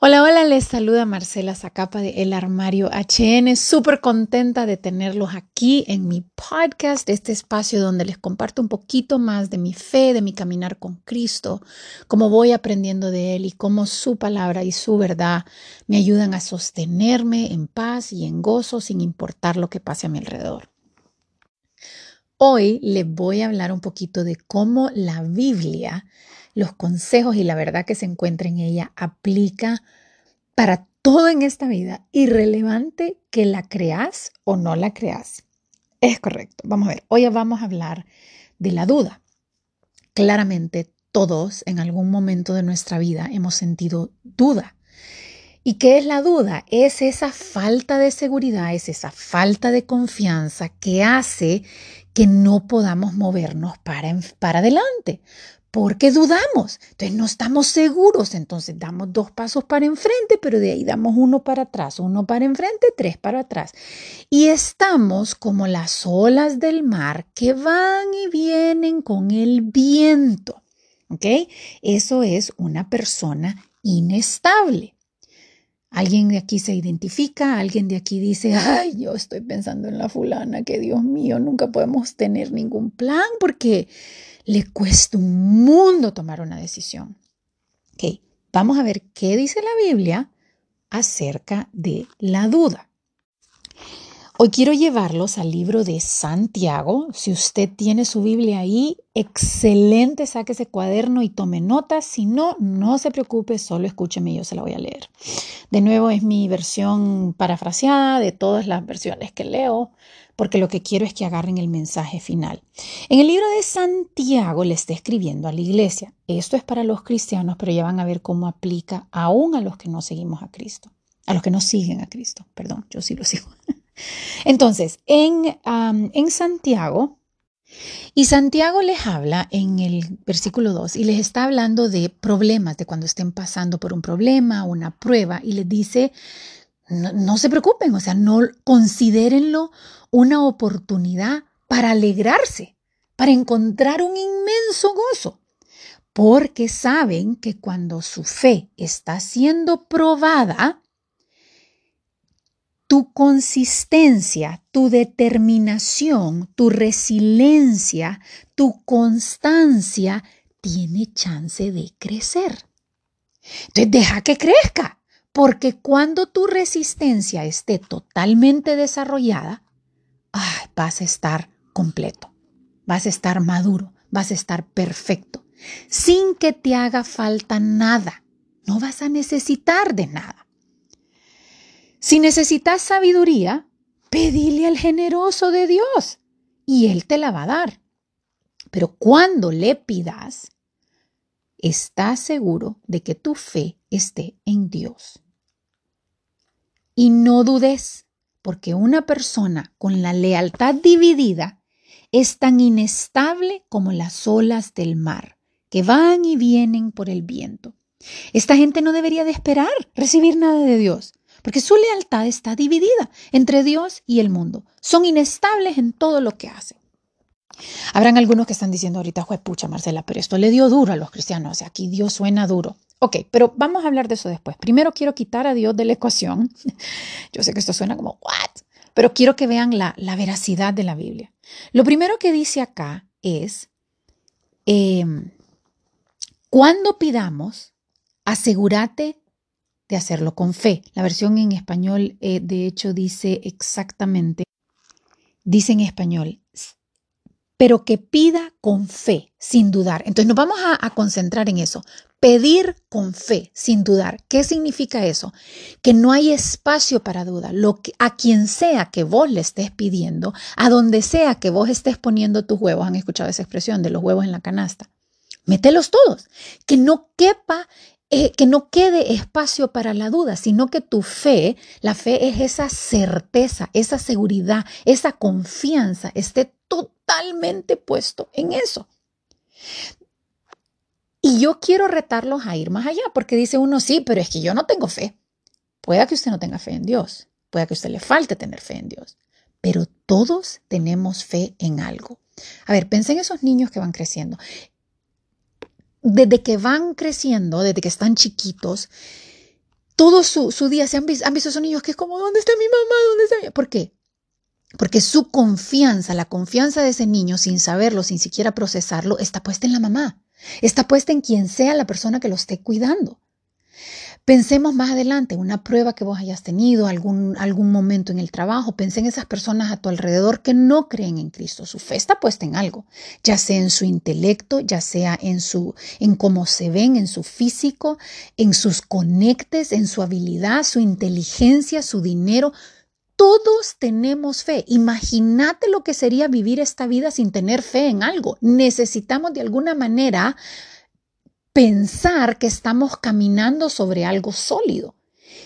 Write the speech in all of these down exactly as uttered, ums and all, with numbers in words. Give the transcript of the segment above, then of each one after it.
Hola, hola, les saluda Marcela Zacapa de El Armario H N. Súper contenta de tenerlos aquí en mi podcast, este espacio donde les comparto un poquito más de mi fe, de mi caminar con Cristo, cómo voy aprendiendo de Él y cómo su palabra y su verdad me ayudan a sostenerme en paz y en gozo sin importar lo que pase a mi alrededor. Hoy les voy a hablar un poquito de cómo la Biblia, los consejos y la verdad que se encuentra en ella aplica para todo en esta vida, irrelevante que la creas o no la creas. Es correcto. Vamos a ver, hoy vamos a hablar de la duda. Claramente todos en algún momento de nuestra vida hemos sentido duda. ¿Y qué es la duda? Es esa falta de seguridad, es esa falta de confianza que hace que no podamos movernos para, para adelante. Porque dudamos, entonces no estamos seguros, entonces damos dos pasos para enfrente, pero de ahí damos uno para atrás, uno para enfrente, tres para atrás. Y estamos como las olas del mar que van y vienen con el viento, ¿ok? Eso es una persona inestable. Alguien de aquí se identifica, alguien de aquí dice, ay, yo estoy pensando en la fulana, que Dios mío, nunca podemos tener ningún plan porque le cuesta un mundo tomar una decisión. Ok, vamos a ver qué dice la Biblia acerca de la duda. Hoy quiero llevarlos al libro de Santiago. Si usted tiene su Biblia ahí, excelente, saque ese cuaderno y tome notas. Si no, no se preocupe, solo escúcheme y yo se la voy a leer. De nuevo, es mi versión parafraseada de todas las versiones que leo, porque lo que quiero es que agarren el mensaje final. En el libro de Santiago le está escribiendo a la iglesia. Esto es para los cristianos, pero ya van a ver cómo aplica aún a los que no seguimos a Cristo. A los que no siguen a Cristo. Perdón, yo sí lo sigo. Entonces, en, um, en Santiago, y Santiago les habla en el versículo dos y les está hablando de problemas, de cuando estén pasando por un problema, una prueba, y les dice, no, no se preocupen, o sea, no considérenlo una oportunidad para alegrarse, para encontrar un inmenso gozo, porque saben que cuando su fe está siendo probada, tu consistencia, tu determinación, tu resiliencia, tu constancia tiene chance de crecer. Entonces deja que crezca, porque cuando tu resistencia esté totalmente desarrollada, ay, vas a estar completo, vas a estar maduro, vas a estar perfecto, sin que te haga falta nada. No vas a necesitar de nada. Si necesitas sabiduría, pedile al generoso de Dios y Él te la va a dar. Pero cuando le pidas, estás seguro de que tu fe esté en Dios. Y no dudes, porque una persona con la lealtad dividida es tan inestable como las olas del mar, que van y vienen por el viento. Esta gente no debería de esperar recibir nada de Dios, porque su lealtad está dividida entre Dios y el mundo. Son inestables en todo lo que hacen. Habrán algunos que están diciendo ahorita, juepucha, Marcela, pero esto le dio duro a los cristianos. O sea, aquí Dios suena duro. Ok, pero vamos a hablar de eso después. Primero quiero quitar a Dios de la ecuación. Yo sé que esto suena como, ¿what? Pero quiero que vean la, la veracidad de la Biblia. Lo primero que dice acá es, eh, cuando pidamos, asegúrate de hacerlo con fe. La versión en español, eh, de hecho, dice exactamente, dice en español, pero que pida con fe, sin dudar. Entonces nos vamos a, a concentrar en eso. Pedir con fe, sin dudar. ¿Qué significa eso? Que no hay espacio para duda. Lo que, a quien sea que vos le estés pidiendo, a donde sea que vos estés poniendo tus huevos, han escuchado esa expresión de los huevos en la canasta, mételos todos, que no quepa, eh, que no quede espacio para la duda, sino que tu fe, la fe es esa certeza, esa seguridad, esa confianza, esté totalmente puesto en eso. Y yo quiero retarlos a ir más allá, porque dice uno, sí, pero es que yo no tengo fe. Pueda que usted no tenga fe en Dios, pueda que a usted le falte tener fe en Dios, pero todos tenemos fe en algo. A ver, pensé en esos niños que van creciendo. Desde que van creciendo, desde que están chiquitos, todo su, su día, se han visto, han visto esos niños que es como, ¿dónde está mi mamá? ¿Dónde está mi mamá? ¿Por qué? Porque su confianza, la confianza de ese niño, sin saberlo, sin siquiera procesarlo, está puesta en la mamá. Está puesta en quien sea la persona que lo esté cuidando. Pensemos más adelante, una prueba que vos hayas tenido, algún, algún momento en el trabajo. Pensé en esas personas a tu alrededor que no creen en Cristo. Su fe está puesta en algo, ya sea en su intelecto, ya sea en, su, en cómo se ven, en su físico, en sus conectes, en su habilidad, su inteligencia, su dinero. Todos tenemos fe. Imagínate lo que sería vivir esta vida sin tener fe en algo. Necesitamos de alguna manera pensar que estamos caminando sobre algo sólido.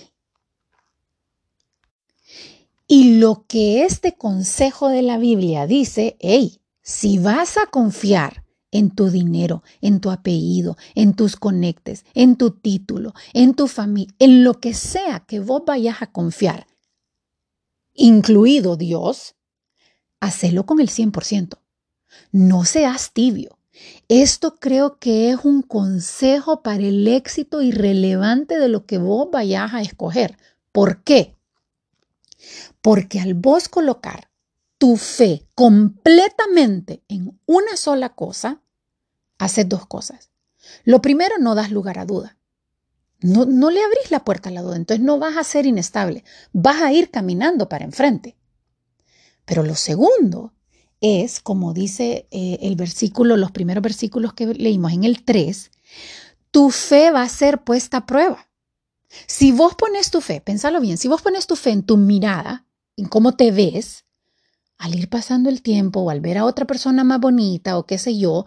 Y lo que este consejo de la Biblia dice, hey, si vas a confiar en tu dinero, en tu apellido, en tus conectes, en tu título, en tu familia, en lo que sea que vos vayas a confiar, incluido Dios, hacelo con el cien por ciento. No seas tibio. Esto creo que es un consejo para el éxito irrelevante de lo que vos vayas a escoger. ¿Por qué? Porque al vos colocar tu fe completamente en una sola cosa, haces dos cosas. Lo primero, no das lugar a duda. No, no le abrís la puerta a la duda, entonces no vas a ser inestable. Vas a ir caminando para enfrente. Pero lo segundo es, como dice eh, el versículo, los primeros versículos que leímos en el tres, tu fe va a ser puesta a prueba. Si vos pones tu fe, pensalo bien, si vos pones tu fe en tu mirada, en cómo te ves, al ir pasando el tiempo o al ver a otra persona más bonita o qué sé yo,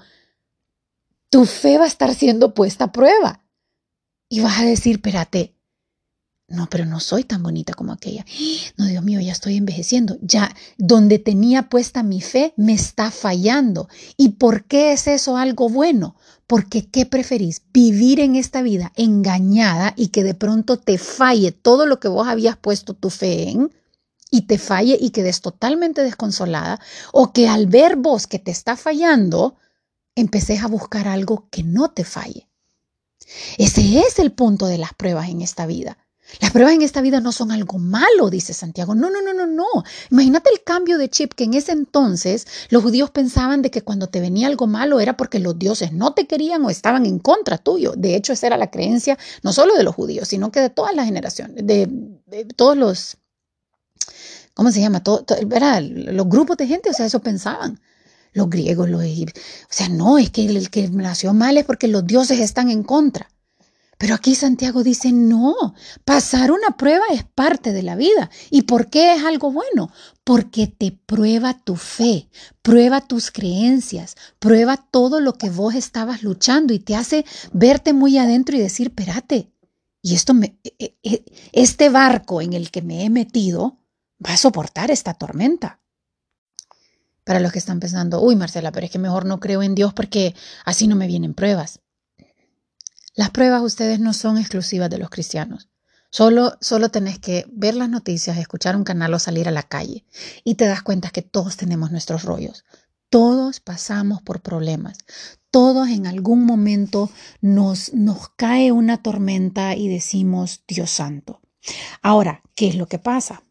tu fe va a estar siendo puesta a prueba. Y vas a decir, espérate, no, pero no soy tan bonita como aquella. No, Dios mío, ya estoy envejeciendo. Ya donde tenía puesta mi fe me está fallando. ¿Y por qué es eso algo bueno? Porque ¿qué preferís? Vivir en esta vida engañada y que de pronto te falle todo lo que vos habías puesto tu fe en y te falle y quedes totalmente desconsolada, o que al ver vos que te está fallando, empecés a buscar algo que no te falle. Ese es el punto de las pruebas en esta vida. Las pruebas en esta vida no son algo malo, dice Santiago. No, no, no, no, no. Imagínate el cambio de chip, que en ese entonces los judíos pensaban de que cuando te venía algo malo era porque los dioses no te querían o estaban en contra tuyo. De hecho, esa era la creencia no solo de los judíos, sino que de todas las generaciones, de, de todos los, ¿cómo se llama? Todo, todo, ¿verdad? Los grupos de gente, o sea, eso pensaban. Los griegos, los egipcios. O sea, no, es que el que nació mal es porque los dioses están en contra. Pero aquí Santiago dice, no, pasar una prueba es parte de la vida. ¿Y por qué es algo bueno? Porque te prueba tu fe, prueba tus creencias, prueba todo lo que vos estabas luchando y te hace verte muy adentro y decir, espérate, y esto me, este barco en el que me he metido va a soportar esta tormenta. Para los que están pensando, uy, Marcela, pero es que mejor no creo en Dios porque así no me vienen pruebas. Las pruebas ustedes no son exclusivas de los cristianos. Solo, solo tenés que ver las noticias, escuchar un canal o salir a la calle y te das cuenta que todos tenemos nuestros rollos. Todos pasamos por problemas. Todos en algún momento nos, nos cae una tormenta y decimos, Dios santo. Ahora, ¿qué es lo que pasa?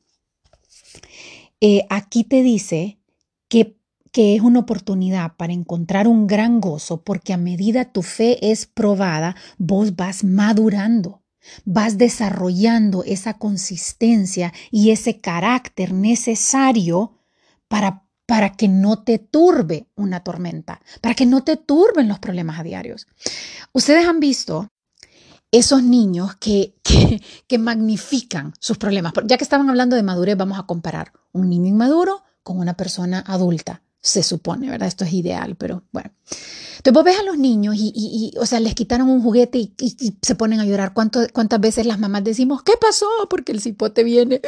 Eh, aquí te dice que que es una oportunidad para encontrar un gran gozo, porque a medida tu fe es probada, vos vas madurando, vas desarrollando esa consistencia y ese carácter necesario para, para que no te turbe una tormenta, para que no te turben los problemas a diarios. Ustedes han visto esos niños que, que, que magnifican sus problemas. Ya que estaban hablando de madurez, vamos a comparar un niño inmaduro con una persona adulta. Se supone, ¿verdad? Esto es ideal, pero bueno. Entonces vos ves a los niños y, y, y o sea, les quitaron un juguete y, y, y se ponen a llorar. ¿Cuánto, ¿Cuántas veces las mamás decimos, ¿qué pasó? Porque el cipote viene,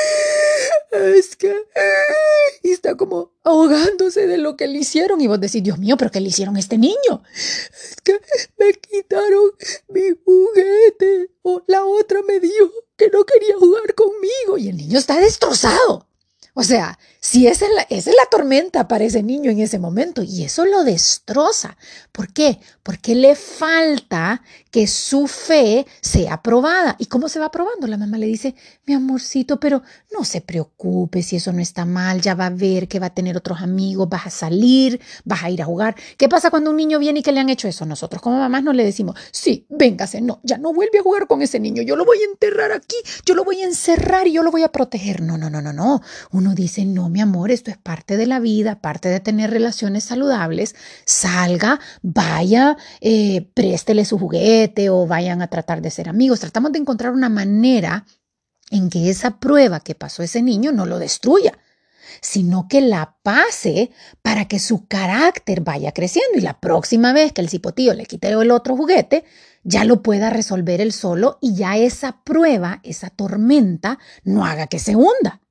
es que, y está como ahogándose de lo que le hicieron. Y vos decís, Dios mío, ¿pero qué le hicieron a este niño? Es que me quitaron mi juguete. O la otra me dijo que no quería jugar conmigo. Y el niño está destrozado. O sea, Si esa es, la, esa es la tormenta para ese niño en ese momento y eso lo destroza. ¿Por qué? Porque le falta que su fe sea probada. ¿Y cómo se va probando? La mamá le dice, mi amorcito, pero no se preocupe si eso no está mal, ya va a ver que va a tener otros amigos, vas a salir, vas a ir a jugar. ¿Qué pasa cuando un niño viene y que le han hecho eso? Nosotros como mamás no le decimos, sí, véngase, no, ya no vuelve a jugar con ese niño, yo lo voy a enterrar aquí, yo lo voy a encerrar y yo lo voy a proteger. No, no, no, no, no. Uno dice, no, mi amor, esto es parte de la vida, parte de tener relaciones saludables. Salga, vaya, eh, préstele su juguete o vayan a tratar de ser amigos. Tratamos de encontrar una manera en que esa prueba que pasó ese niño no lo destruya, sino que la pase para que su carácter vaya creciendo y la próxima vez que el cipotillo le quite el otro juguete, ya lo pueda resolver él solo y ya esa prueba, esa tormenta, no haga que se hunda.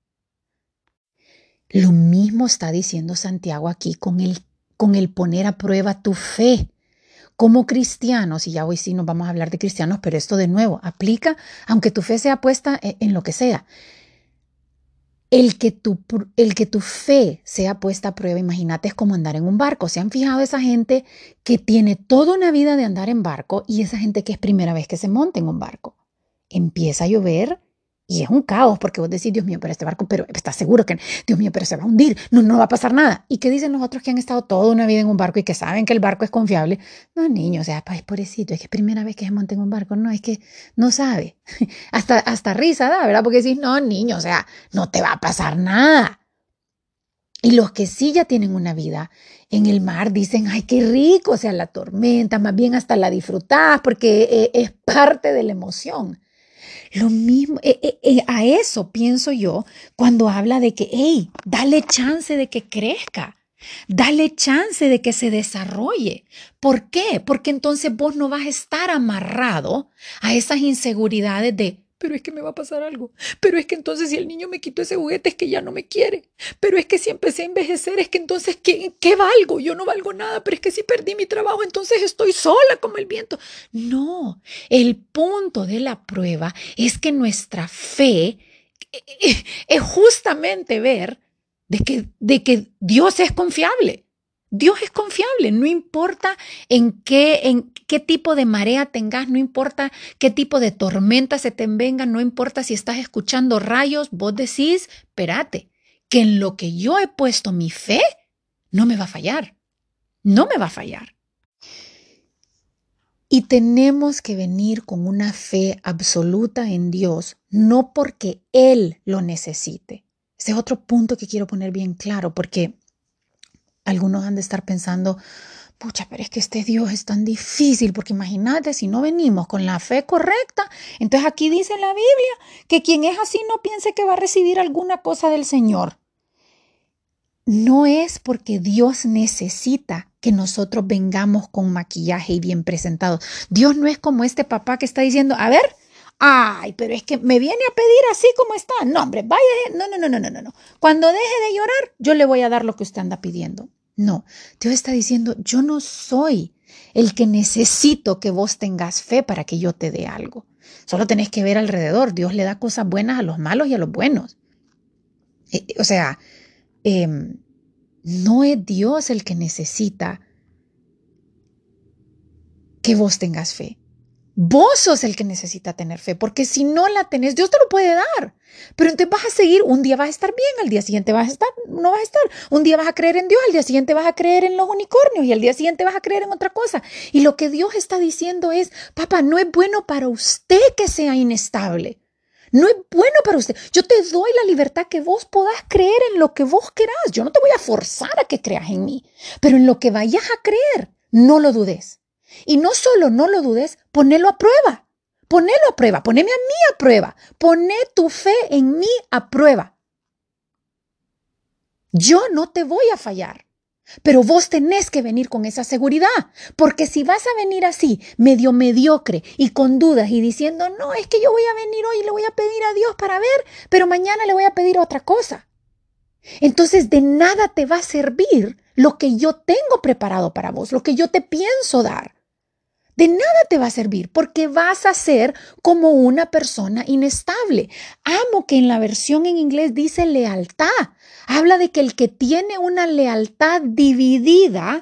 Lo mismo está diciendo Santiago aquí con el, con el poner a prueba tu fe. Como cristianos, y ya hoy sí nos vamos a hablar de cristianos, pero esto de nuevo aplica, aunque tu fe sea puesta en, en lo que sea. El que, tu, el que tu fe sea puesta a prueba, imagínate, es como andar en un barco. ¿Se han fijado esa gente que tiene toda una vida de andar en barco y esa gente que es primera vez que se monta en un barco? Empieza a llover y es un caos porque vos decís, Dios mío, pero este barco, pero estás seguro que, Dios mío, pero se va a hundir, no, no va a pasar nada. ¿Y qué dicen los otros que han estado toda una vida en un barco y que saben que el barco es confiable? No, niño, o sea, pues pobrecito, es que es primera vez que se monta en un barco, no, es que no sabe. hasta, hasta risa da, ¿verdad? Porque decís, no, niño, o sea, no te va a pasar nada. Y los que sí ya tienen una vida en el mar dicen, ay, qué rico, o sea, la tormenta, más bien hasta la disfrutás porque eh, es parte de la emoción. Lo mismo, eh, eh, eh, a eso pienso yo cuando habla de que, hey, dale chance de que crezca, dale chance de que se desarrolle. ¿Por qué? Porque entonces vos no vas a estar amarrado a esas inseguridades de, pero es que me va a pasar algo, pero es que entonces si el niño me quitó ese juguete es que ya no me quiere, pero es que si empecé a envejecer es que entonces ¿qué, qué valgo? Yo no valgo nada, pero es que si perdí mi trabajo entonces estoy sola como el viento. No, el punto de la prueba es que nuestra fe es justamente ver de que, de que Dios es confiable. Dios es confiable, no importa en qué, en qué tipo de marea tengas, no importa qué tipo de tormenta se te venga, no importa si estás escuchando rayos, vos decís, espérate, que en lo que yo he puesto mi fe, no me va a fallar, no me va a fallar. Y tenemos que venir con una fe absoluta en Dios, no porque Él lo necesite. Ese es otro punto que quiero poner bien claro, porque algunos han de estar pensando, pucha, pero es que este Dios es tan difícil, porque imagínate, si no venimos con la fe correcta, entonces aquí dice la Biblia que quien es así no piense que va a recibir alguna cosa del Señor. No es porque Dios necesita que nosotros vengamos con maquillaje y bien presentados. Dios no es como este papá que está diciendo, a ver, ay, pero es que me viene a pedir así como está. No, hombre, vaya, no, no, no, no, no, no. Cuando deje de llorar, yo le voy a dar lo que usted anda pidiendo. No, Dios está diciendo, yo no soy el que necesito que vos tengas fe para que yo te dé algo. Solo tenés que ver alrededor. Dios le da cosas buenas a los malos y a los buenos. Eh, o sea, eh, no es Dios el que necesita que vos tengas fe. Vos sos el que necesita tener fe, porque si no la tenés, Dios te lo puede dar. Pero entonces vas a seguir, un día vas a estar bien, al día siguiente vas a estar, no vas a estar. Un día vas a creer en Dios, al día siguiente vas a creer en los unicornios y al día siguiente vas a creer en otra cosa. Y lo que Dios está diciendo es, papá, no es bueno para usted que sea inestable. No es bueno para usted. Yo te doy la libertad que vos podás creer en lo que vos querás. Yo no te voy a forzar a que creas en mí, pero en lo que vayas a creer, no lo dudes. Y no solo no lo dudes, ponelo a prueba. Ponelo a prueba, poneme a mí a prueba. Poné tu fe en mí a prueba. Yo no te voy a fallar, pero vos tenés que venir con esa seguridad, porque si vas a venir así, medio mediocre y con dudas y diciendo, no, es que yo voy a venir hoy y le voy a pedir a Dios para ver, pero mañana le voy a pedir otra cosa. Entonces de nada te va a servir lo que yo tengo preparado para vos, lo que yo te pienso dar. De nada te va a servir porque vas a ser como una persona inestable. Amo que en la versión en inglés dice lealtad. Habla de que el que tiene una lealtad dividida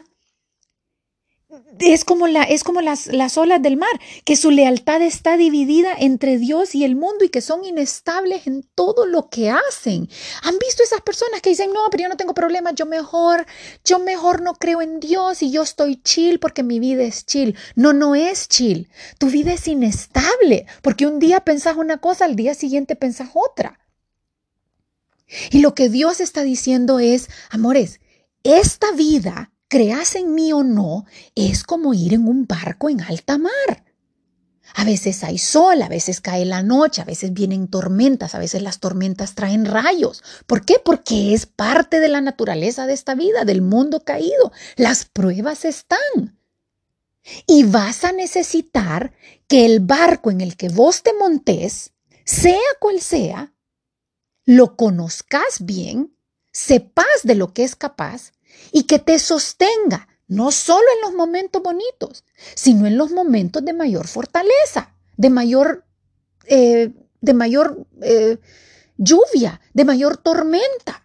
es como, la, es como las, las olas del mar, que su lealtad está dividida entre Dios y el mundo y que son inestables en todo lo que hacen. ¿Han visto esas personas que dicen, no, pero yo no tengo problemas, yo mejor, yo mejor no creo en Dios y yo estoy chill porque mi vida es chill? No, no es chill. Tu vida es inestable porque un día pensás una cosa, al día siguiente pensás otra. Y lo que Dios está diciendo es, amores, esta vida, creas en mí o no, es como ir en un barco en alta mar. A veces hay sol, a veces cae la noche, a veces vienen tormentas, a veces las tormentas traen rayos. ¿Por qué? Porque es parte de la naturaleza de esta vida, del mundo caído. Las pruebas están. Y vas a necesitar que el barco en el que vos te montés, sea cual sea, lo conozcas bien, sepas de lo que es capaz y que te sostenga, no solo en los momentos bonitos, sino en los momentos de mayor fortaleza, de mayor, eh, de mayor eh, lluvia, de mayor tormenta.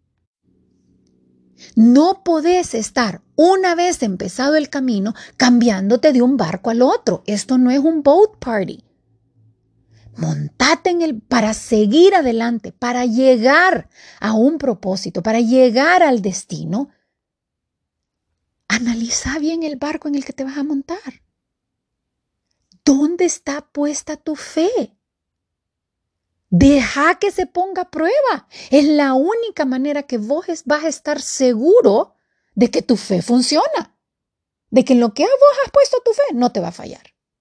No podés estar, una vez empezado el camino, cambiándote de un barco al otro. Esto no es un boat party. Montate en el, para seguir adelante, para llegar a un propósito, para llegar al destino. Analiza bien el barco en el que te vas a montar. ¿Dónde está puesta tu fe? Deja que se ponga a prueba. Es la única manera que vos vas a estar seguro de que tu fe funciona, de que en lo que vos has puesto tu fe no te va a fallar.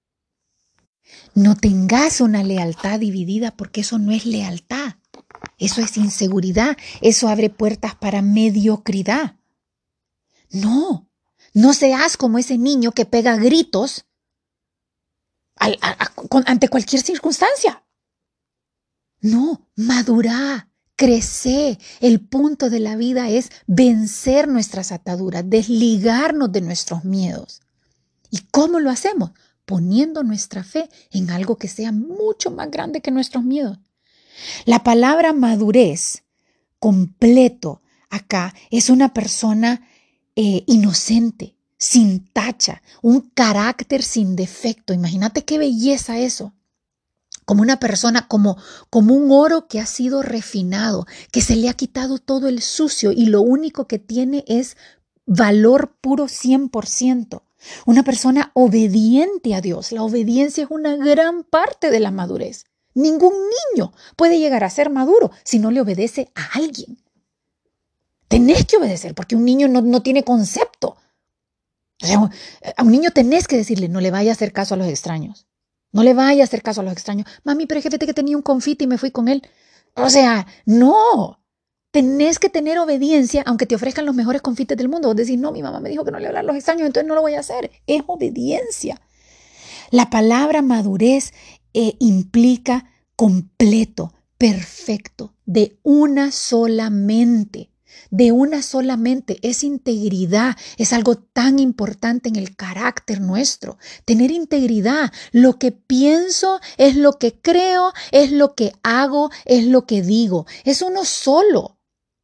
No tengas una lealtad dividida porque eso no es lealtad. Eso es inseguridad. Eso abre puertas para mediocridad. No, no seas como ese niño que pega gritos al, a, a, con, ante cualquier circunstancia. No, madurá, crece. El punto de la vida es vencer nuestras ataduras, desligarnos de nuestros miedos. ¿Y cómo lo hacemos? Poniendo nuestra fe en algo que sea mucho más grande que nuestros miedos. La palabra madurez, completo, acá es una persona eh, inocente, sin tacha, un carácter sin defecto. Imagínate qué belleza eso. Como una persona, como, como un oro que ha sido refinado, que se le ha quitado todo el sucio y lo único que tiene es valor puro cien por ciento. Una persona obediente a Dios. La obediencia es una gran parte de la madurez. Ningún niño puede llegar a ser maduro si no le obedece a alguien. Tenés que obedecer porque un niño no, no tiene concepto. O sea, a un niño tenés que decirle, no le vaya a hacer caso a los extraños. No le vaya a hacer caso a los extraños. Mami, pero fíjate que tenía un confite y me fui con él. O sea, no. Tenés que tener obediencia, aunque te ofrezcan los mejores confites del mundo. Vos decís, no, mi mamá me dijo que no le hablar a los extraños, entonces no lo voy a hacer. Es obediencia. La palabra madurez eh, implica completo, perfecto, de una sola mente. De una sola mente, es integridad, es algo tan importante en el carácter nuestro. Tener integridad, lo que pienso es lo que creo, es lo que hago, es lo que digo. Es uno solo.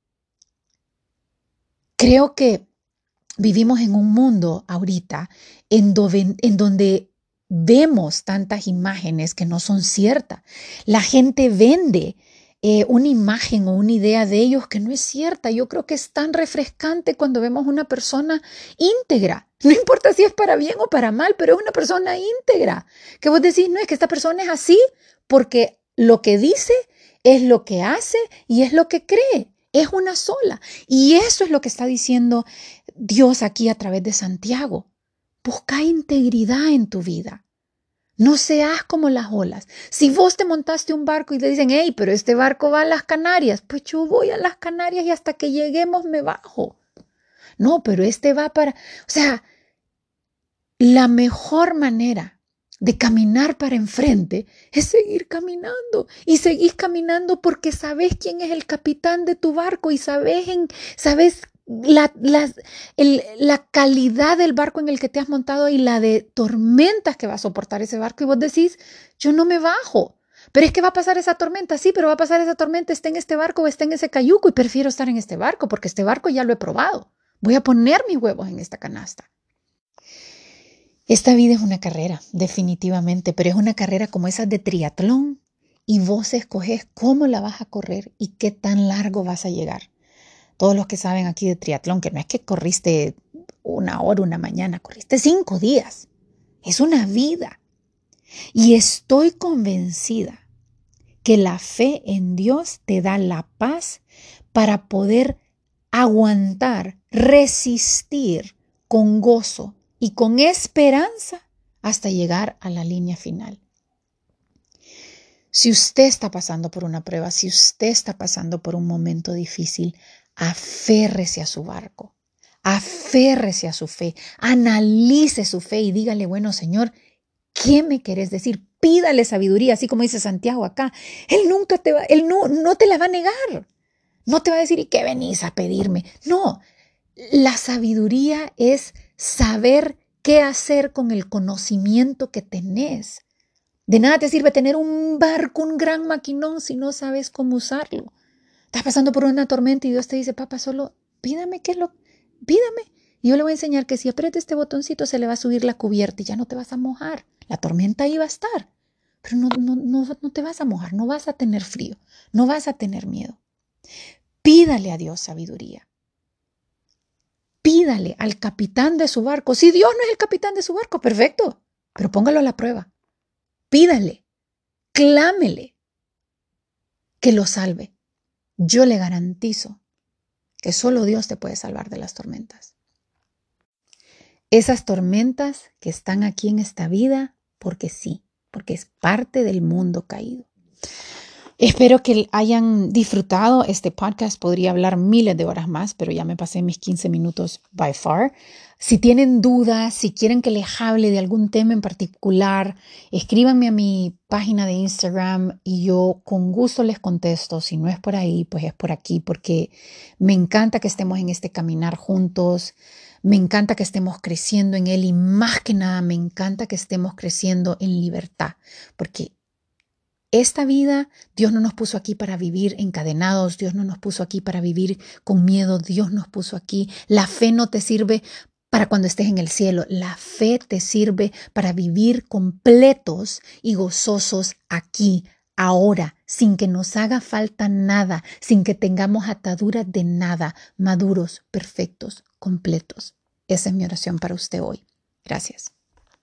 Creo que vivimos en un mundo ahorita en, do, en donde vemos tantas imágenes que no son ciertas. La gente vende eh, una imagen o una idea de ellos que no es cierta. Yo creo que es tan refrescante cuando vemos una persona íntegra. No importa si es para bien o para mal, pero es una persona íntegra. Que vos decís, no, es que esta persona es así porque lo que dice es lo que hace y es lo que cree. Es una sola. Y eso es lo que está diciendo Dios aquí a través de Santiago. Busca integridad en tu vida. No seas como las olas. Si vos te montaste un barco y te dicen, hey, pero este barco va a las Canarias, pues yo voy a las Canarias y hasta que lleguemos me bajo. No, pero este va para... O sea, la mejor manera de caminar para enfrente es seguir caminando y seguís caminando porque sabes quién es el capitán de tu barco y sabes, en, sabes la, la, el, la calidad del barco en el que te has montado y la de tormentas que va a soportar ese barco y vos decís, yo no me bajo Pero es que va a pasar esa tormenta, sí, pero va a pasar esa tormenta, esté en este barco o esté en ese cayuco y prefiero estar en este barco porque este barco ya lo he probado. Voy a poner mis huevos en esta canasta. Esta vida es una carrera, definitivamente, pero es una carrera como esas de triatlón y vos escoges cómo la vas a correr y qué tan largo vas a llegar. Todos los que saben aquí de triatlón, que no es que corriste una hora, una mañana, corriste cinco días. Es una vida. Y estoy convencida que la fe en Dios te da la paz para poder aguantar, resistir con gozo y con esperanza hasta llegar a la línea final. Si usted está pasando por una prueba, si usted está pasando por un momento difícil, aférrese a su barco, aférrese a su fe, analice su fe y dígale, bueno, Señor, ¿qué me querés decir? Pídale sabiduría, así como dice Santiago acá. Él nunca te va, él no, no te la va a negar. No te va a decir, ¿y qué venís a pedirme? No, la sabiduría es saber qué hacer con el conocimiento que tenés. De nada te sirve tener un barco, un gran maquinón, si no sabes cómo usarlo. Estás pasando por una tormenta y Dios te dice, papá, solo pídame qué es lo, pídame. Y yo le voy a enseñar que si aprieta este botoncito se le va a subir la cubierta y ya no te vas a mojar. La tormenta ahí va a estar, pero no, no, no, no te vas a mojar, no vas a tener frío, no vas a tener miedo. Pídale a Dios sabiduría. Pídale al capitán de su barco. Si Dios no es el capitán de su barco, perfecto, pero póngalo a la prueba. Pídale, clámele que lo salve. Yo le garantizo que solo Dios te puede salvar de las tormentas. Esas tormentas que están aquí en esta vida, porque sí, porque es parte del mundo caído. Espero que hayan disfrutado este podcast. Podría hablar miles de horas más, pero ya me pasé mis quince minutos by far. Si tienen dudas, si quieren que les hable de algún tema en particular, escríbanme a mi página de Instagram y yo con gusto les contesto. Si no es por ahí, pues es por aquí, porque me encanta que estemos en este caminar juntos. Me encanta que estemos creciendo en él y más que nada me encanta que estemos creciendo en libertad, porque esta vida, Dios no nos puso aquí para vivir encadenados, Dios no nos puso aquí para vivir con miedo, Dios nos puso aquí. La fe no te sirve para cuando estés en el cielo, la fe te sirve para vivir completos y gozosos aquí, ahora, sin que nos haga falta nada, sin que tengamos ataduras de nada, maduros, perfectos, completos. Esa es mi oración para usted hoy. Gracias.